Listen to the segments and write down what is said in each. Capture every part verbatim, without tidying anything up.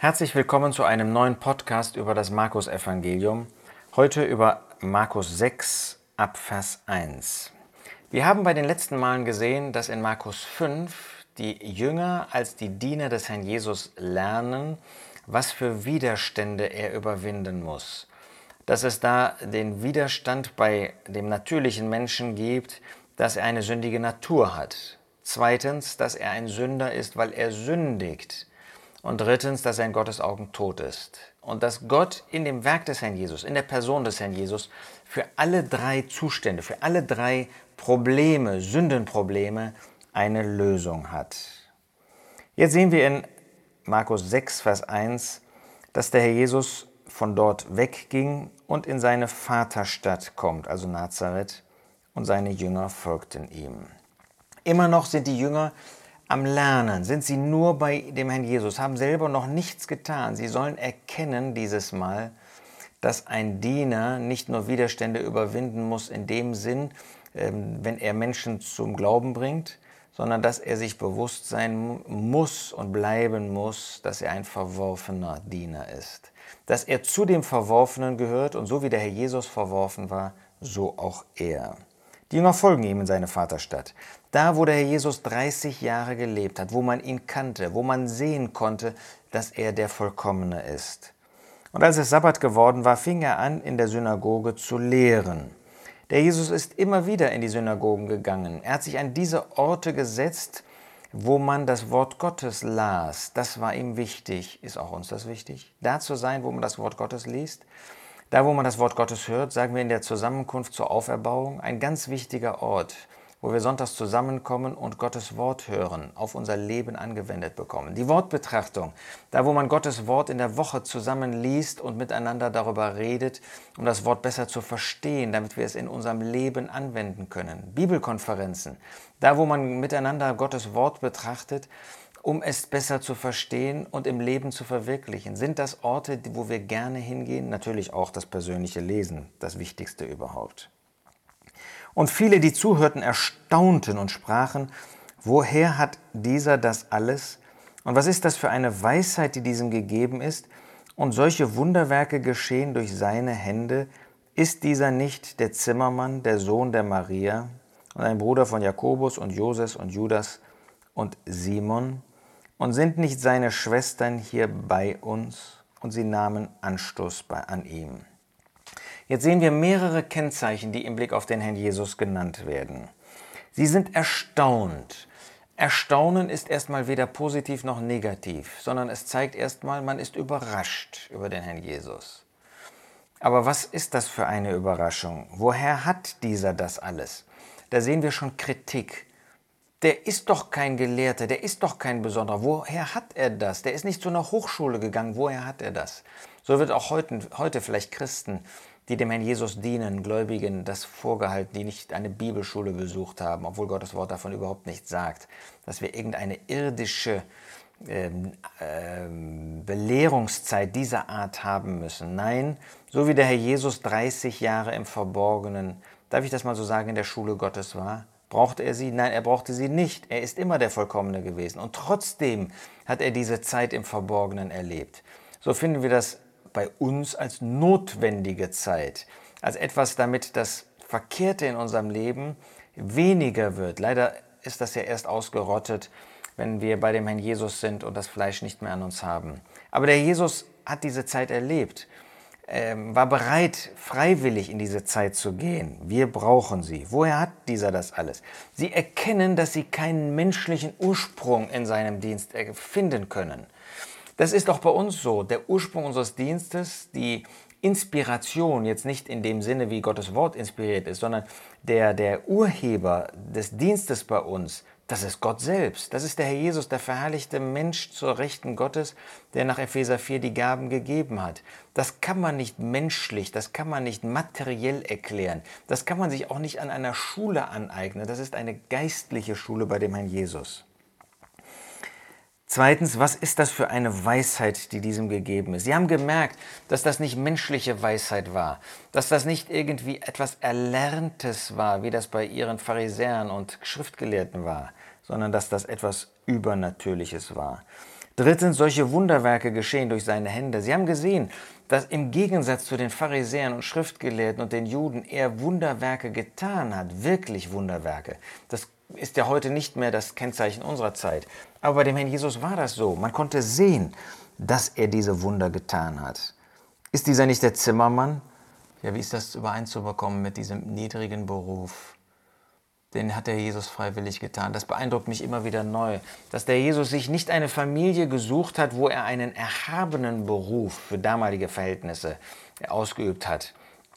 Herzlich willkommen zu einem neuen Podcast über das Markus-Evangelium. Heute über Markus sechs ab Vers eins. Wir haben bei den letzten Malen gesehen, dass in Markus fünf die Jünger als die Diener des Herrn Jesus lernen, was für Widerstände er überwinden muss. Dass es da den Widerstand bei dem natürlichen Menschen gibt, dass er eine sündige Natur hat. Zweitens, dass er ein Sünder ist, weil er sündigt. Und drittens, dass er in Gottes Augen tot ist. Und dass Gott in dem Werk des Herrn Jesus, in der Person des Herrn Jesus, für alle drei Zustände, für alle drei Probleme, Sündenprobleme, eine Lösung hat. Jetzt sehen wir in Markus sechs, Vers eins, dass der Herr Jesus von dort wegging und in seine Vaterstadt kommt, also Nazareth, und seine Jünger folgten ihm. Immer noch sind die Jünger am Lernen, sind sie nur bei dem Herrn Jesus, haben selber noch nichts getan. Sie sollen erkennen dieses Mal, dass ein Diener nicht nur Widerstände überwinden muss in dem Sinn, wenn er Menschen zum Glauben bringt, sondern dass er sich bewusst sein muss und bleiben muss, dass er ein verworfener Diener ist. Dass er zu dem Verworfenen gehört und so wie der Herr Jesus verworfen war, so auch er. Die Jünger folgen ihm in seine Vaterstadt. Da, wo der Herr Jesus dreißig Jahre gelebt hat, wo man ihn kannte, wo man sehen konnte, dass er der Vollkommene ist. Und als es Sabbat geworden war, fing er an, in der Synagoge zu lehren. Der Jesus ist immer wieder in die Synagogen gegangen. Er hat sich an diese Orte gesetzt, wo man das Wort Gottes las. Das war ihm wichtig. Ist auch uns das wichtig? Da zu sein, wo man das Wort Gottes liest. Da, wo man das Wort Gottes hört, sagen wir in der Zusammenkunft zur Auferbauung, ein ganz wichtiger Ort, wo wir sonntags zusammenkommen und Gottes Wort hören, auf unser Leben angewendet bekommen. Die Wortbetrachtung, da wo man Gottes Wort in der Woche zusammen liest und miteinander darüber redet, um das Wort besser zu verstehen, damit wir es in unserem Leben anwenden können. Bibelkonferenzen, da wo man miteinander Gottes Wort betrachtet, um es besser zu verstehen und im Leben zu verwirklichen. Sind das Orte, wo wir gerne hingehen? Natürlich auch das persönliche Lesen, das Wichtigste überhaupt. Und viele, die zuhörten, erstaunten und sprachen, woher hat dieser das alles? Und was ist das für eine Weisheit, die diesem gegeben ist? Und solche Wunderwerke geschehen durch seine Hände. Ist dieser nicht der Zimmermann, der Sohn der Maria und ein Bruder von Jakobus und Joses und Judas und Simon? Und sind nicht seine Schwestern hier bei uns? Und sie nahmen Anstoß bei, an ihm. Jetzt sehen wir mehrere Kennzeichen, die im Blick auf den Herrn Jesus genannt werden. Sie sind erstaunt. Erstaunen ist erstmal weder positiv noch negativ, sondern es zeigt erstmal, man ist überrascht über den Herrn Jesus. Aber was ist das für eine Überraschung? Woher hat dieser das alles? Da sehen wir schon Kritik. Der ist doch kein Gelehrter, der ist doch kein Besonderer. Woher hat er das? Der ist nicht zu einer Hochschule gegangen. Woher hat er das? So wird auch heute, heute vielleicht Christen, die dem Herrn Jesus dienen, Gläubigen, das vorgehalten, die nicht eine Bibelschule besucht haben, obwohl Gottes Wort davon überhaupt nichts sagt, dass wir irgendeine irdische ähm, ähm, Belehrungszeit dieser Art haben müssen. Nein, so wie der Herr Jesus dreißig Jahre im Verborgenen, darf ich das mal so sagen, in der Schule Gottes war, brauchte er sie? Nein, er brauchte sie nicht. Er ist immer der Vollkommene gewesen. Und trotzdem hat er diese Zeit im Verborgenen erlebt. So finden wir das bei uns als notwendige Zeit, als etwas, damit das Verkehrte in unserem Leben weniger wird. Leider ist das ja erst ausgerottet, wenn wir bei dem Herrn Jesus sind und das Fleisch nicht mehr an uns haben. Aber der Jesus hat diese Zeit erlebt, ähm, war bereit, freiwillig in diese Zeit zu gehen. Wir brauchen sie. Woher hat dieser das alles? Sie erkennen, dass sie keinen menschlichen Ursprung in seinem Dienst finden können. Das ist auch bei uns so. Der Ursprung unseres Dienstes, die Inspiration, jetzt nicht in dem Sinne, wie Gottes Wort inspiriert ist, sondern der, der Urheber des Dienstes bei uns, das ist Gott selbst. Das ist der Herr Jesus, der verherrlichte Mensch zur Rechten Gottes, der nach Epheser vier die Gaben gegeben hat. Das kann man nicht menschlich, das kann man nicht materiell erklären. Das kann man sich auch nicht an einer Schule aneignen. Das ist eine geistliche Schule bei dem Herrn Jesus. Zweitens, was ist das für eine Weisheit, die diesem gegeben ist? Sie haben gemerkt, dass das nicht menschliche Weisheit war, dass das nicht irgendwie etwas Erlerntes war, wie das bei ihren Pharisäern und Schriftgelehrten war, sondern dass das etwas Übernatürliches war. Drittens, solche Wunderwerke geschehen durch seine Hände. Sie haben gesehen, dass im Gegensatz zu den Pharisäern und Schriftgelehrten und den Juden er Wunderwerke getan hat, wirklich Wunderwerke. Das ist ja heute nicht mehr das Kennzeichen unserer Zeit. Aber bei dem Herrn Jesus war das so. Man konnte sehen, dass er diese Wunder getan hat. Ist dieser nicht der Zimmermann? Ja, wie ist das übereinzubekommen mit diesem niedrigen Beruf? Den hat der Jesus freiwillig getan. Das beeindruckt mich immer wieder neu, dass der Jesus sich nicht eine Familie gesucht hat, wo er einen erhabenen Beruf für damalige Verhältnisse ausgeübt hat.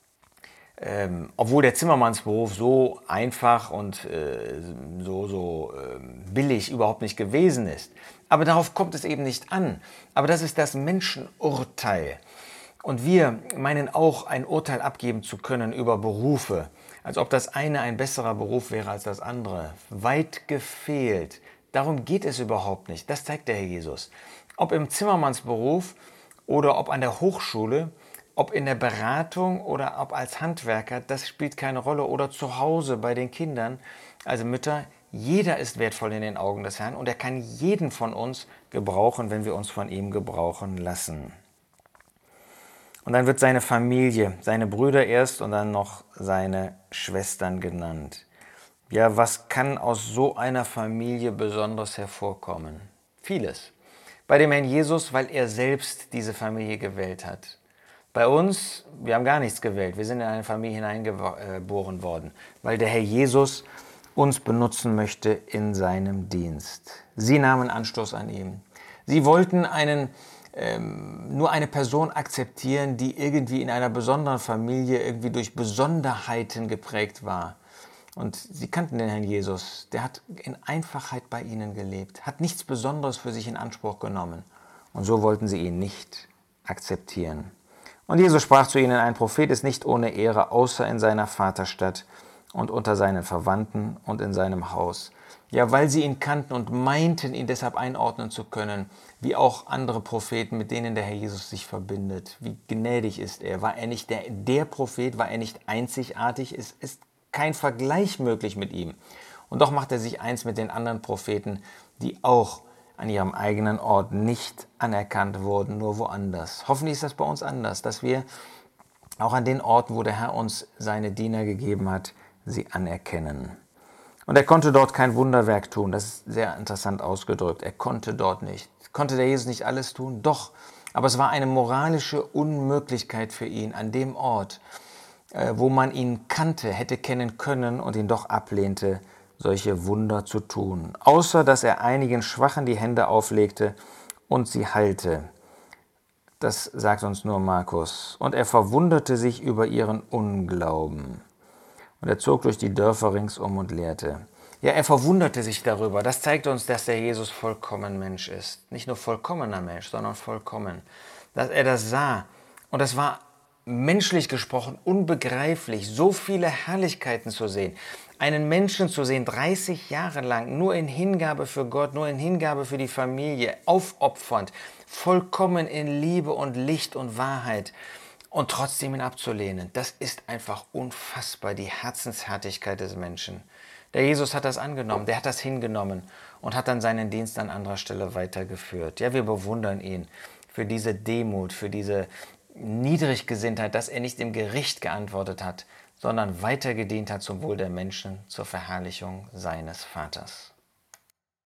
Ähm, obwohl der Zimmermannsberuf so einfach und äh, so, so äh, billig überhaupt nicht gewesen ist. Aber darauf kommt es eben nicht an. Aber das ist das Menschenurteil. Und wir meinen auch, ein Urteil abgeben zu können über Berufe, als ob das eine ein besserer Beruf wäre als das andere. Weit gefehlt. Darum geht es überhaupt nicht. Das zeigt der Herr Jesus. Ob im Zimmermannsberuf oder ob an der Hochschule, ob in der Beratung oder ob als Handwerker, das spielt keine Rolle. Oder zu Hause bei den Kindern, also Mütter, jeder ist wertvoll in den Augen des Herrn und er kann jeden von uns gebrauchen, wenn wir uns von ihm gebrauchen lassen. Und dann wird seine Familie, seine Brüder erst und dann noch seine Schwestern genannt. Ja, was kann aus so einer Familie besonders hervorkommen? Vieles. Bei dem Herrn Jesus, weil er selbst diese Familie gewählt hat. Bei uns, wir haben gar nichts gewählt. Wir sind in eine Familie hineingeboren worden, weil der Herr Jesus uns benutzen möchte in seinem Dienst. Sie nahmen Anstoß an ihm. Sie wollten einen Ähm, nur eine Person akzeptieren, die irgendwie in einer besonderen Familie irgendwie durch Besonderheiten geprägt war. Und sie kannten den Herrn Jesus. Der hat in Einfachheit bei ihnen gelebt, hat nichts Besonderes für sich in Anspruch genommen. Und so wollten sie ihn nicht akzeptieren. Und Jesus sprach zu ihnen, ein Prophet ist nicht ohne Ehre, außer in seiner Vaterstadt und unter seinen Verwandten und in seinem Haus. Ja, weil sie ihn kannten und meinten, ihn deshalb einordnen zu können, wie auch andere Propheten, mit denen der Herr Jesus sich verbindet. Wie gnädig ist er? War er nicht der, der Prophet? War er nicht einzigartig? Es ist kein Vergleich möglich mit ihm. Und doch macht er sich eins mit den anderen Propheten, die auch an ihrem eigenen Ort nicht anerkannt wurden, nur woanders. Hoffentlich ist das bei uns anders, dass wir auch an den Orten, wo der Herr uns seine Diener gegeben hat, sie anerkennen. Und er konnte dort kein Wunderwerk tun. Das ist sehr interessant ausgedrückt. Er konnte dort nicht. Konnte der Jesus nicht alles tun? Doch. Aber es war eine moralische Unmöglichkeit für ihn an dem Ort, wo man ihn kannte, hätte kennen können und ihn doch ablehnte, solche Wunder zu tun. Außer, dass er einigen Schwachen die Hände auflegte und sie heilte. Das sagt uns nur Markus. Und er verwunderte sich über ihren Unglauben. Und er zog durch die Dörfer ringsum und lehrte. Ja, er verwunderte sich darüber. Das zeigt uns, dass der Jesus vollkommen Mensch ist. Nicht nur vollkommener Mensch, sondern vollkommen. Dass er das sah. Und das war menschlich gesprochen unbegreiflich, so viele Herrlichkeiten zu sehen. Einen Menschen zu sehen, dreißig Jahre lang, nur in Hingabe für Gott, nur in Hingabe für die Familie, aufopfernd, vollkommen in Liebe und Licht und Wahrheit. Und trotzdem ihn abzulehnen, das ist einfach unfassbar, die Herzenshärtigkeit des Menschen. Der Jesus hat das angenommen, der hat das hingenommen und hat dann seinen Dienst an anderer Stelle weitergeführt. Ja, wir bewundern ihn für diese Demut, für diese Niedriggesinntheit, dass er nicht im Gericht geantwortet hat, sondern weiter gedient hat zum Wohl der Menschen, zur Verherrlichung seines Vaters.